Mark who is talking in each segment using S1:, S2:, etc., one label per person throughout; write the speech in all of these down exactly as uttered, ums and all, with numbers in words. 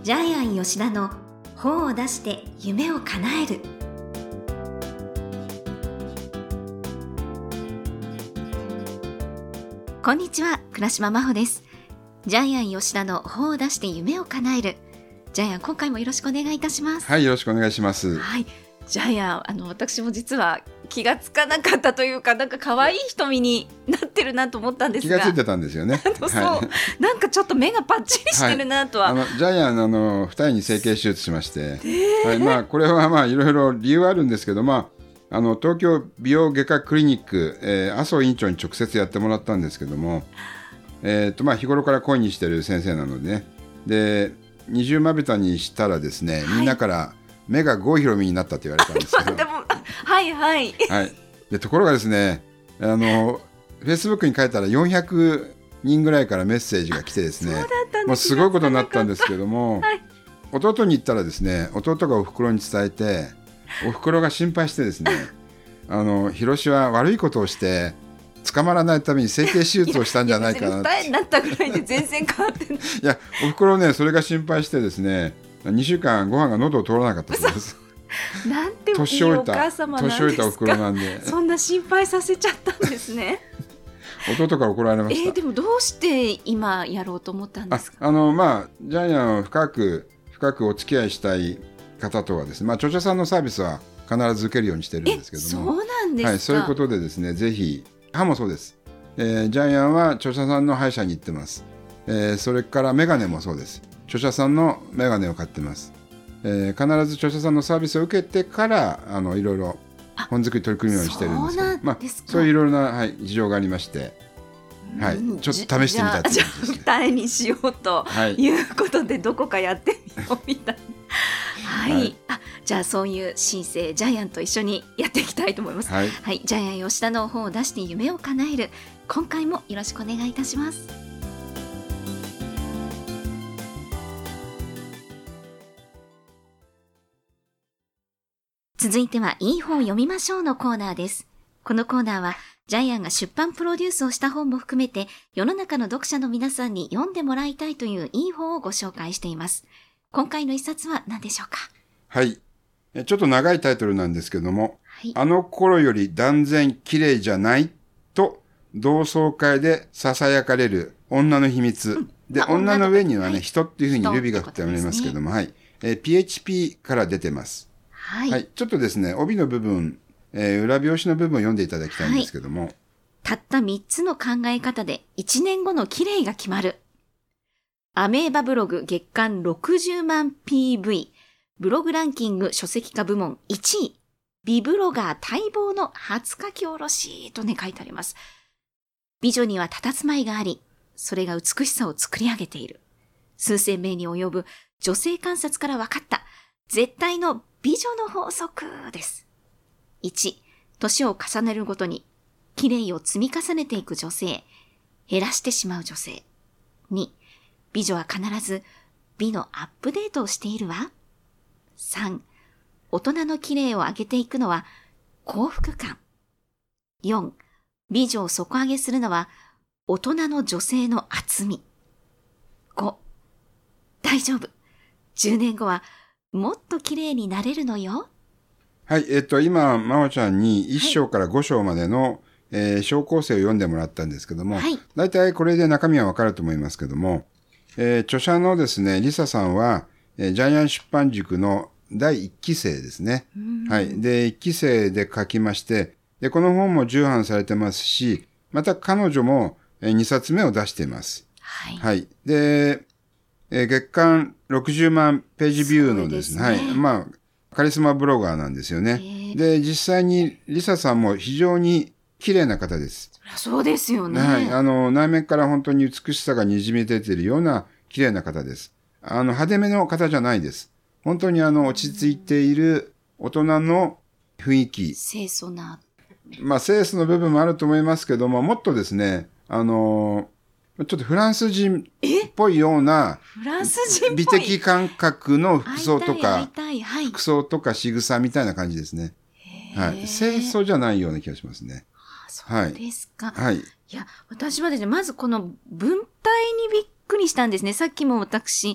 S1: ジャイアン吉田の本を出して夢を叶える。こんにちは、倉島真帆です。ジャイアン吉田の本を出して夢を叶える。ジャイアン、今回もよろしくお願いいたします。
S2: はい、よろしくお願いします。
S1: はい、ジャイアン、あの私も実は気がつかなかったというか、なんか可愛い瞳になってるなと思ったんですが、
S2: 気がついてたんですよね。
S1: あのそう、はい、なんかちょっと目がパッチリしてるなとは、
S2: はい、あのジャイアンあの二重に整形手術しまして、はい、まあ、これはまあいろいろ理由はあるんですけど、まあ、あの東京美容外科クリニック、えー、麻生院長に直接やってもらったんですけども、えーとまあ、日頃から恋にしてる先生なのでね、で二重まぶたにしたらですね、みんなから目が郷ひろみになったと言われたんですけど、
S1: でもはいはい、
S2: はい、でところがですね、あのフェイスブックに書いたらよんひゃくにんぐらいからメッセージが来てですね、もうすごいことになったんですけども、はい、弟に言ったらですね、弟がお袋に伝えて、お袋が心配してですねあの広志は悪いことをして捕まらないために整形手術をしたんじゃないかなって。
S1: 二重になったぐらいで全然変わってない。
S2: いや、お袋ね、それが心配してですね、にしゅうかんご飯が喉を通らなかったそうです。
S1: なんていいお母様なんですか。
S2: 年老いたお袋なんで、
S1: そんな心配させちゃったんですね。
S2: 弟から怒られました。
S1: えー、でもどうして今やろうと思ったんですか。
S2: ああの、まあ、ジャイアンを深く深くお付き合いしたい方とはですね、まあ、著者さんのサービスは必ず受けるようにしてるんですけども、
S1: そうなんですか。
S2: はい、そういうことでですね、ぜひ歯もそうです、えー、ジャイアンは著者さんの歯医者に行ってます、えー、それからメガネもそうです。著者さんのメガネを買ってます、えー、必ず著者さんのサービスを受けてからあのいろいろ本作り取り組むようにしてるんですけど、まあ、そういういろいろな、はい、事情がありまして、はい、ちょっと試してみたいと思います、ね、
S1: じゃあ二重にしようということで、どこかやってみようみたいな、はい、はい、あ、じゃあそういう新生ジャイアンと一緒にやっていきたいと思います。はい、はい、ジャイアン吉田の本を出して夢を叶える、今回もよろしくお願いいたします。続いてはいい本を読みましょうのコーナーです。このコーナーはジャイアンが出版プロデュースをした本も含めて、世の中の読者の皆さんに読んでもらいたいといういい本をご紹介しています。今回の一冊は何でしょうか。
S2: はい、ちょっと長いタイトルなんですけども、
S1: はい、
S2: あの頃より断然綺麗じゃないと同窓会で囁かれる女の秘密、うん、で、まあ、女の上にはね、はい、人っていうふうにルビが振ってありますけども、ね、はい、えー、ピーエイチピー から出てます。はいはい、ちょっとですね、帯の部分、えー、裏表紙の部分を読んでいただきたいんですけども、はい、
S1: たったみっつの考え方でいちねんごの綺麗が決まる。アメーバブログ月間ろくじゅうまん ピーブイ、 ブログランキング書籍化部門いちい、美ブロガー待望の初書き下ろしとね書いてあります。美女には佇まいがあり、それが美しさを作り上げている。数千名に及ぶ女性観察から分かった絶対の美女の法則です。いち、年を重ねるごとに綺麗を積み重ねていく女性、減らしてしまう女性。に、美女は必ず美のアップデートをしているわ。さん、大人の綺麗を上げていくのは幸福感。よん、美女を底上げするのは大人の女性の厚み。ご、大丈夫。じゅうねんごはもっと綺麗になれるのよ。
S2: はい、えっと、今、真央ちゃんにいっ章からご章までの、はい、えー、章構成を読んでもらったんですけども、はい、大体これで中身はわかると思いますけども、えー、著者のですね、リサさんは、えー、ジャイアン出版塾のだいいっき生ですね。はい。で、いっき生で書きまして、で、この本も重版されてますし、また彼女もにさつめを出しています。はい。はい。で、えー、月間ろくじゅうまんページビューのですね、はい。まあ、カリスマブロガーなんですよね。で、実際にリサさんも非常に綺麗な方です。
S1: そうですよね。
S2: はい。あの、内面から本当に美しさがにじみ出ているような綺麗な方です。あの、派手めの方じゃないです。本当にあの、落ち着いている大人の雰囲気。
S1: 清楚な。
S2: まあ、清楚の部分もあると思いますけども、もっとですね、あの、ちょっとフランス人っぽいような、
S1: フランス人っぽい
S2: 美的感覚の服装とか、
S1: はい、
S2: 服装とか仕草みたいな感じですね。はい。清楚じゃないような気がしますね。
S1: あ、そうですか。
S2: はい。い
S1: や、私はですね、まずこの文体にびっくりしたんですね。さっきも私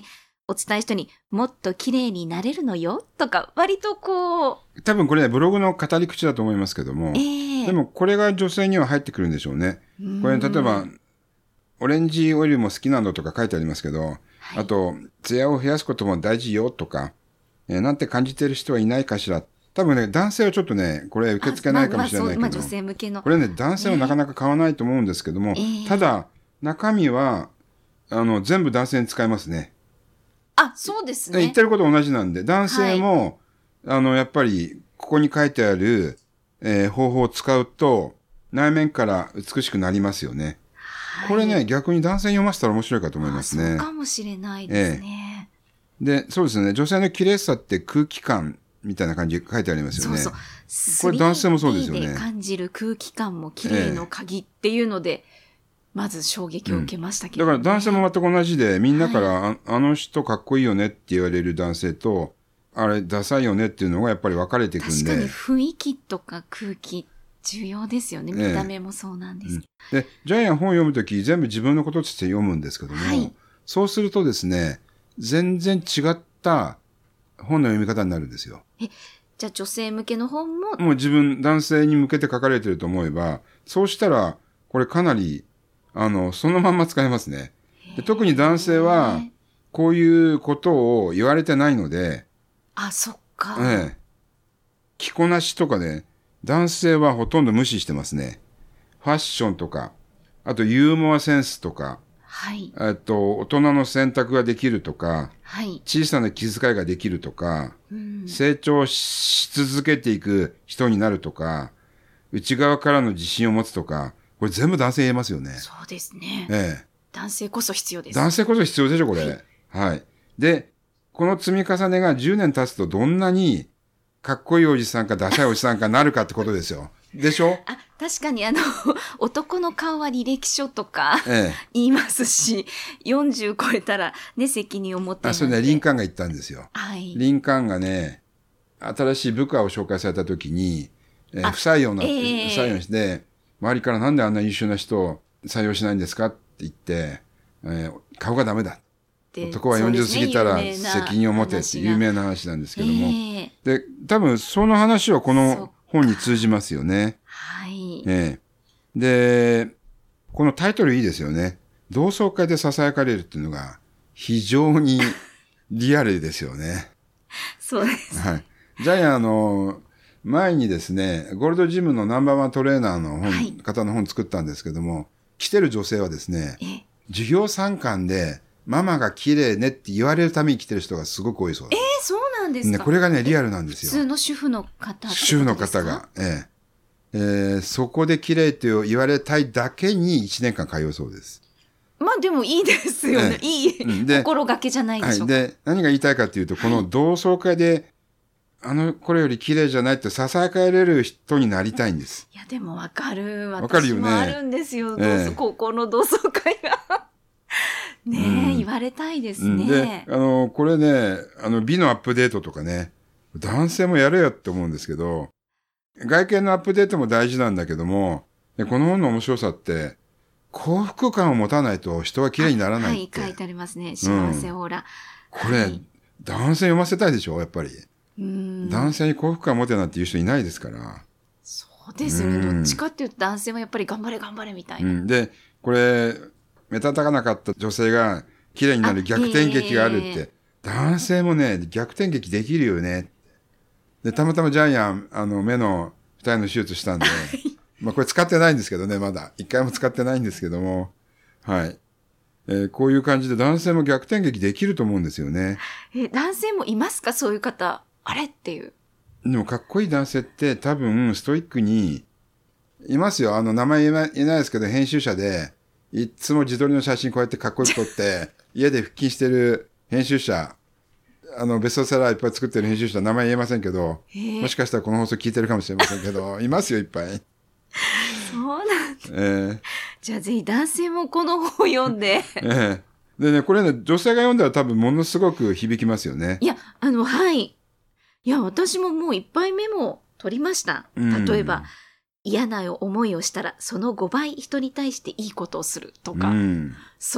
S1: お伝えしたように、もっと綺麗になれるのよとか、割とこう。
S2: 多分これね、ブログの語り口だと思いますけども、
S1: えー、
S2: でもこれが女性には入ってくるんでしょうね。これ、例えば、オレンジオイルも好きなのとか書いてありますけど、はい、あと、ツヤを増やすことも大事よとか、えー、なんて感じてる人はいないかしら。多分ね、男性はちょっとね、これ受け付けないかもしれないけど、まあまあ
S1: まあ、女性向けの。
S2: これね、男性はなかなか買わないと思うんですけども、えー、ただ、中身は、あの、全部男性に使えますね。
S1: あ、そうですね。
S2: 言ってること同じなんで、男性も、はい、あの、やっぱり、ここに書いてある、えー、方法を使うと、内面から美しくなりますよね。はい、これね、逆に男性に読ませたら面白いかと思いますね。
S1: そうかもしれないですね。
S2: えー、で、そうですね。女性の綺麗さって空気感みたいな感じで書いてありますよね。そうそう。これ男性もそうですよね。
S1: スリーディー で感じる空気感も綺麗の鍵っていうので、えーまず衝撃を受けましたけど、ねうん、
S2: だから男性も全く同じで、みんなから、はい、あ, あの人かっこいいよねって言われる男性と、あれダサいよねっていうのがやっぱり分かれていくんで。
S1: 確かに雰囲気とか空気重要ですよね。見た目もそうなんですけど。
S2: ええうん、で、ジャイアン本を読むとき全部自分のこととして読むんですけども、はい、そうするとですね、全然違った本の読み方になるんですよ。
S1: え、じゃあ女性向けの本も
S2: もう自分、男性に向けて書かれてると思えば、そうしたら、これかなりあの、そのまんま使えますね。で特に男性は、こういうことを言われてないので、
S1: あ、そっか。
S2: ええ。着こなしとかね、男性はほとんど無視してますね。ファッションとか、あとユーモアセンスとか、
S1: はい。
S2: えっと、大人の選択ができるとか、
S1: はい。
S2: 小さな気遣いができるとか、
S1: うん、
S2: 成長し続けていく人になるとか、内側からの自信を持つとか、これ全部男性言えますよね。
S1: そうですね。
S2: ええ。
S1: 男性こそ必要です。
S2: 男性こそ必要でしょ、これ。はい。はい、で、この積み重ねがじゅうねん経つとどんなにかっこいいおじさんかダサいおじさんかなるかってことですよ。でしょ？
S1: あ、確かにあの、男の顔は履歴書とか、ええ、言いますし、よんじゅう超えたらね、責任を持ってなんて。
S2: あ、それね、リンカーンが言ったんですよ。
S1: はい。
S2: リンカーンがね、新しい部下を紹介されたときに、えー、不採用になって、えー、不採用にして、周りからなんであんな優秀な人を採用しないんですかって言って、えー、顔がダメだ。男はよんじゅう過ぎたら責任を持てって有名な話なんですけども。えー、で、多分その話はこの本に通じますよね。
S1: はい、
S2: えー。で、このタイトルいいですよね。同窓会で囁かれるっていうのが非常にリアルですよね。
S1: そうです。
S2: はい。ジャイアン、あの、前にですね、ゴールドジムのナンバーワントレーナーの本、はい、方の本作ったんですけども、来てる女性はですね、授業参観でママが綺麗ねって言われるために来てる人がすごく多いそうです。
S1: えー、そうなんですか、
S2: ね、これがね、リアルなんですよ。
S1: 普通の主婦の方
S2: 主婦の方が、えええー、そこで綺麗って言われたいだけにいちねんかん通うそうです。
S1: まあでもいいですよね。ええ、いい心がけじゃないでしょうか。
S2: はい、で、何が言いたいかというと、この同窓会で、あの頃より綺麗じゃないって囁かれる人になりたいんです。
S1: いや、でもわかる。
S2: わかるよね。
S1: 私もあるんですよ。ええ、高校の同窓会が。ねえ、うん、言われたいですね。
S2: で、あの、これね、あの、美のアップデートとかね、男性もやれよって思うんですけど、外見のアップデートも大事なんだけども、でこの本の面白さって、幸福感を持たないと人は綺麗にならないって。
S1: はい、書いてありますね。幸せオーラ。うん、
S2: これ、はい、男性読ませたいでしょ、やっぱり。うん男性に幸福感を持てなんていう人いないですから。
S1: そうですよね。どっちかっていうと男性はやっぱり頑張れ頑張れみたいな。
S2: うん、で、これ、目立たなかった女性が綺麗になる逆転劇があるって、えー、男性もね、逆転劇できるよね。で、たまたまジャイアン、あの、目の二重の手術したんで、まあこれ使ってないんですけどね、まだ。一回も使ってないんですけども、はい。えー、こういう感じで男性も逆転劇できると思うんですよね。
S1: え、男性もいますか？そういう方。あれっていう。
S2: でもかっこいい男性って多分ストイックにいますよ。あの名前言えない、言えないですけど、編集者で、いつも自撮りの写真こうやってかっこよく撮って、家で腹筋してる編集者、あのベストセラーいっぱい作ってる編集者、名前言えませんけど、もしかしたらこの放送聞いてるかもしれませんけど、いますよ、いっぱい。
S1: そうなんだ。
S2: えー、
S1: じゃあぜひ男性もこの本を読んで。
S2: えー、でね、これね、女性が読んだら多分ものすごく響きますよね。
S1: いや、あの、はい。いや、私ももういっぱいメモ取りました。例えば、うん、嫌な思いをしたら、そのごばい人に対していいことをするとか。うん、そっ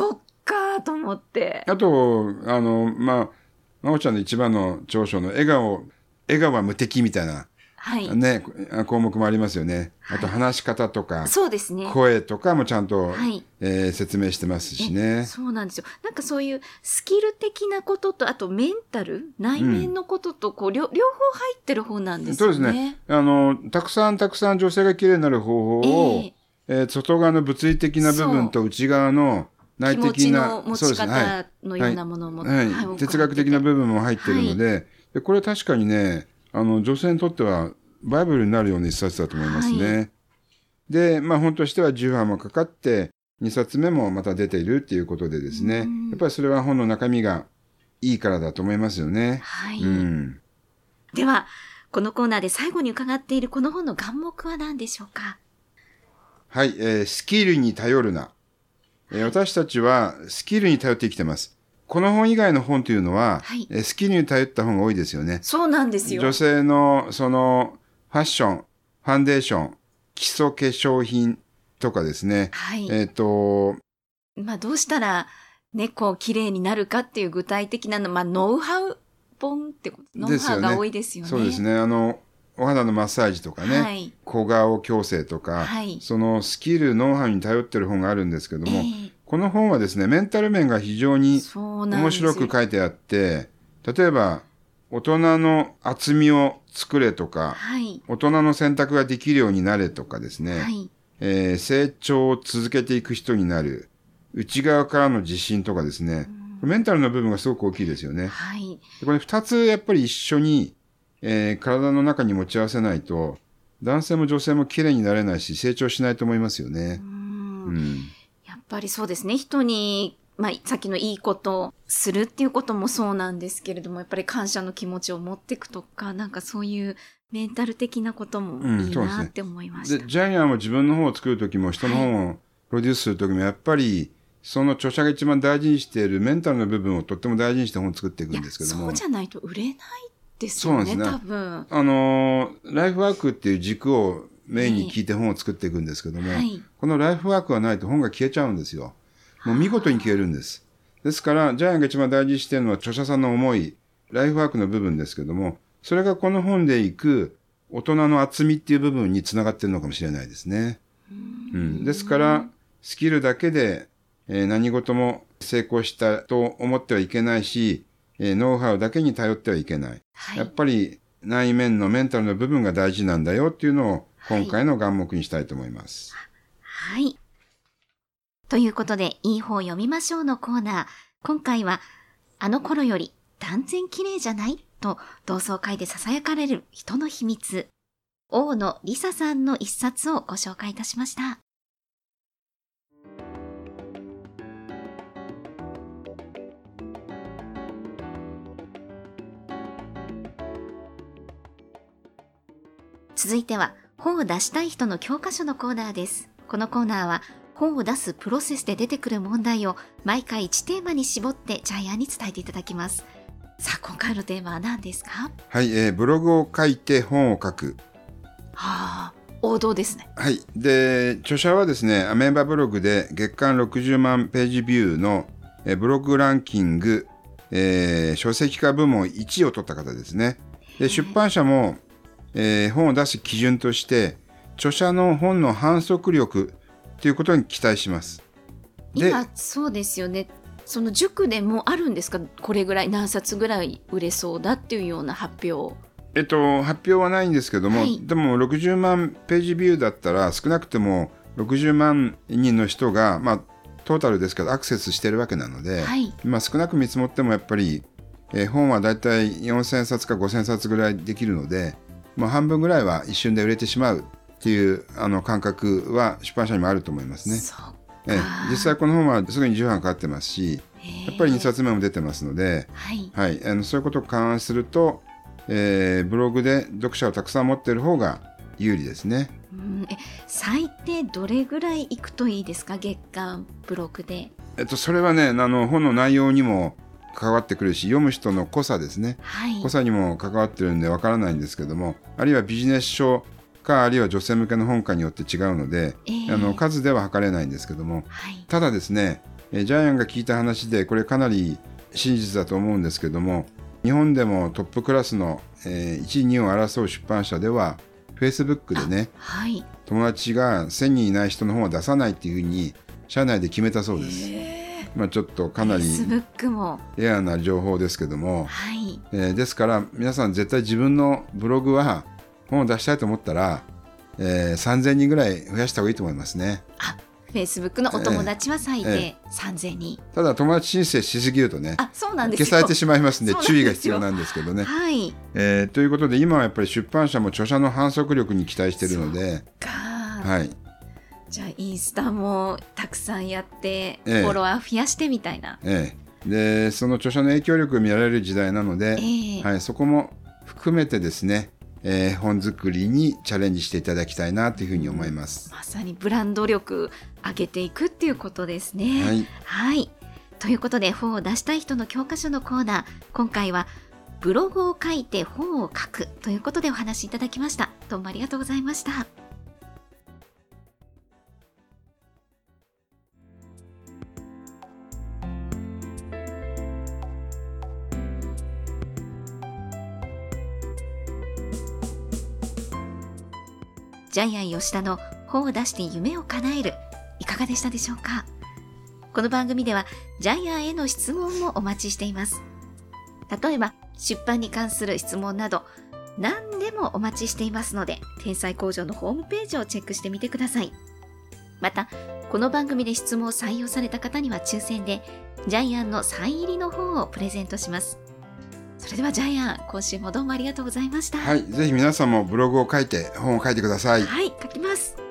S1: かと思って。
S2: あと、あの、まあ、まおちゃんの一番の長所の笑顔、笑顔は無敵みたいな、はい、ね、項目もありますよね。あと話し方とか、はい、
S1: そうですね。
S2: 声とかもちゃんと、はい、えー、説明してますしね。
S1: そうなんですよ。なんかそういうスキル的なことと、あとメンタル、内面のことと、こう、うん、両、両方入ってる方なんですよね。
S2: そうですね。あの、たくさんたくさん女性が綺麗になる方法を、えーえー、外側の物理的な部分と内側の内的な、
S1: 気持ちの持ち方のようなものも、
S2: はいはいはい、哲学的な部分も入ってるので、はい、でこれ確かにね、あの、女性にとってはバイブルになるような一冊だと思いますね。はい、で、まあ本としてはじゅうわもかかって、にさつめもまた出ているっていうことでですね、やっぱりそれは本の中身がいいからだと思いますよね。
S1: はい。
S2: うん、
S1: では、このコーナーで最後に伺っているこの本の眼目は何でしょうか？
S2: はい、えー、スキルに頼るな。えー、私たちはスキルに頼って生きてます。この本以外の本というのは、はい、えー、スキルに頼った本が多いですよね。
S1: そうなんですよ。
S2: 女性のそのファッション、ファンデーション、基礎化粧品とかですね。
S1: はい。
S2: えっと、
S1: まあどうしたらね、こう綺麗になるかっていう具体的なの、まあノウハウ本ってこと、ノウハウが多いですよね。
S2: そうですね。あの、お肌のマッサージとかね、はい、小顔矯正とか、はい、そのスキル、ノウハウに頼ってる本があるんですけども、えー、この本はですね、メンタル面が非常に面白く書いてあって、例えば、大人の厚みを作れとか、はい、大人の選択ができるようになれとかですね、はい、えー、成長を続けていく人になる、内側からの自信とかですね、うん、メンタルの部分がすごく大きいですよね。
S1: はい、
S2: これ二つやっぱり一緒に、えー、体の中に持ち合わせないと、男性も女性も綺麗になれないし、成長しないと思いますよね。
S1: うん、うん、やっぱりそうですね。人に、まあ、さっきのいいことをするっていうこともそうなんですけれども、やっぱり感謝の気持ちを持っていくとか、なんかそういうメンタル的なこともいいなって思いました。
S2: うん、で、ジャイアンも自分の本を作るときも、人の本をプロデュースするときも、やっぱり、はい、その著者が一番大事にしているメンタルの部分をとっても大事にして本を作っていくんですけども。
S1: そうじゃないと売れないですよね、そうなんですね。多分。
S2: あの、ライフワークっていう軸をメインに聞いて本を作っていくんですけども、はい、このライフワークがないと本が消えちゃうんですよ。もう見事に消えるんです。ですから、ジャイアンが一番大事にしているのは著者さんの思い、ライフワークの部分ですけども、それがこの本でいく大人の厚みっていう部分につながっているのかもしれないですね。うん、うん、ですから、スキルだけで、えー、何事も成功したと思ってはいけないし、えー、ノウハウだけに頼ってはいけない。はい、やっぱり内面のメンタルの部分が大事なんだよっていうのを今回の眼目にしたいと思います。
S1: はい。はい、ということで、いい本読みましょうのコーナー。今回は、あの頃より断然綺麗じゃないと同窓会で囁かれる人の秘密。大野梨沙さんの一冊をご紹介いたしました。続いては、本を出したい人の教科書のコーナーです。このコーナーは、本を出すプロセスで出てくる問題を毎回いちテーマに絞ってジャイアンに伝えていただきます。さあ、今回のテーマは何ですか？
S2: はい、えー、ブログを書いて本を書く。
S1: はあ、王道ですね。
S2: はい。で、著者はですね、アメーバブログで月間ろくじゅうまんページビューの、えー、ブログランキング、えー、書籍化部門いちいを取った方ですね。で、出版社も、えー、本を出す基準として著者の本の反則力ということに期待します。
S1: で、今そうですよね。その塾でもあるんですか？これぐらい何冊ぐらい売れそうだっていうような発表。
S2: えっと発表はないんですけども、はい、でもろくじゅうまんページビューだったら少なくてもろくじゅうまんにんの人が、まあトータルですけどアクセスしてるわけなので、はい、まあ少なく見積もってもやっぱり、えー、本はだいたいよんせんさつかごせんさつぐらいできるので。まあ、半分ぐらいは一瞬で売れてしまうっていうあの感覚は出版社にもあると思いますね。え実際この本はすぐにじゅうわんかかってますし、やっぱりにさつめも出てますので、はいはい、あのそういうことを勘案すると、えー、ブログで読者をたくさん持っている方が有利ですね。
S1: うん、え最低どれぐらいいくといいですか？月間ブログで。
S2: えっと、それはね、あの本の内容にも関わってくるし、読む人の濃さですね、はい、濃さにも関わってるんでわからないんですけども、あるいはビジネス書かあるいは女性向けの本かによって違うので、えー、あの数では測れないんですけども、はい、ただですね、 えー、ジャイアンが聞いた話でこれかなり真実だと思うんですけども、日本でもトップクラスの、えー、いちいにいを争う出版社では Facebook でね、
S1: はい、
S2: 友達がせんにんいない人の本は出さないっていうふうに社内で決めたそうです。まあ、ちょっとかなりレアな情報ですけども、
S1: はい
S2: えー、ですから皆さん絶対自分のブログは本を出したいと思ったら、えー、さんぜんにんぐらい増やした方がいいと思いますね。
S1: あ、Facebook のお友達は最低さんぜんにん、
S2: えー、ただ友達申請しすぎるとね、
S1: あ、そうなんですよ、
S2: 消されてしまいますので注意が必要なんですけどね。
S1: はい、
S2: えー、ということで今はやっぱり出版社も著者の反則力に期待しているので、はい、
S1: じゃあインスタもたくさんやって、ええ、フォロワー増やしてみたいな、
S2: ええ、でその著者の影響力を見られる時代なので、ええ、はい、そこも含めてですね、えー、本作りにチャレンジしていただきたいなというふうに思います。
S1: まさにブランド力上げていくっていうことですね。
S2: はい、
S1: はい、ということで本を出したい人の教科書のコーナー、今回はブログを書いて本を書くということでお話しいただきました。どうもありがとうございました。ジャイアン吉田の本を出して夢を叶える、いかがでしたでしょうか。この番組ではジャイアンへの質問もお待ちしています。例えば出版に関する質問など何でもお待ちしていますので、天才工場のホームページをチェックしてみてください。またこの番組で質問を採用された方には抽選でジャイアンのサイン入りの本をプレゼントします。それではジャイアン、今週もどうもありがとうございました。
S2: はい、ぜひ皆さんもブログを書いて本を書いてください。
S1: はい、書きます。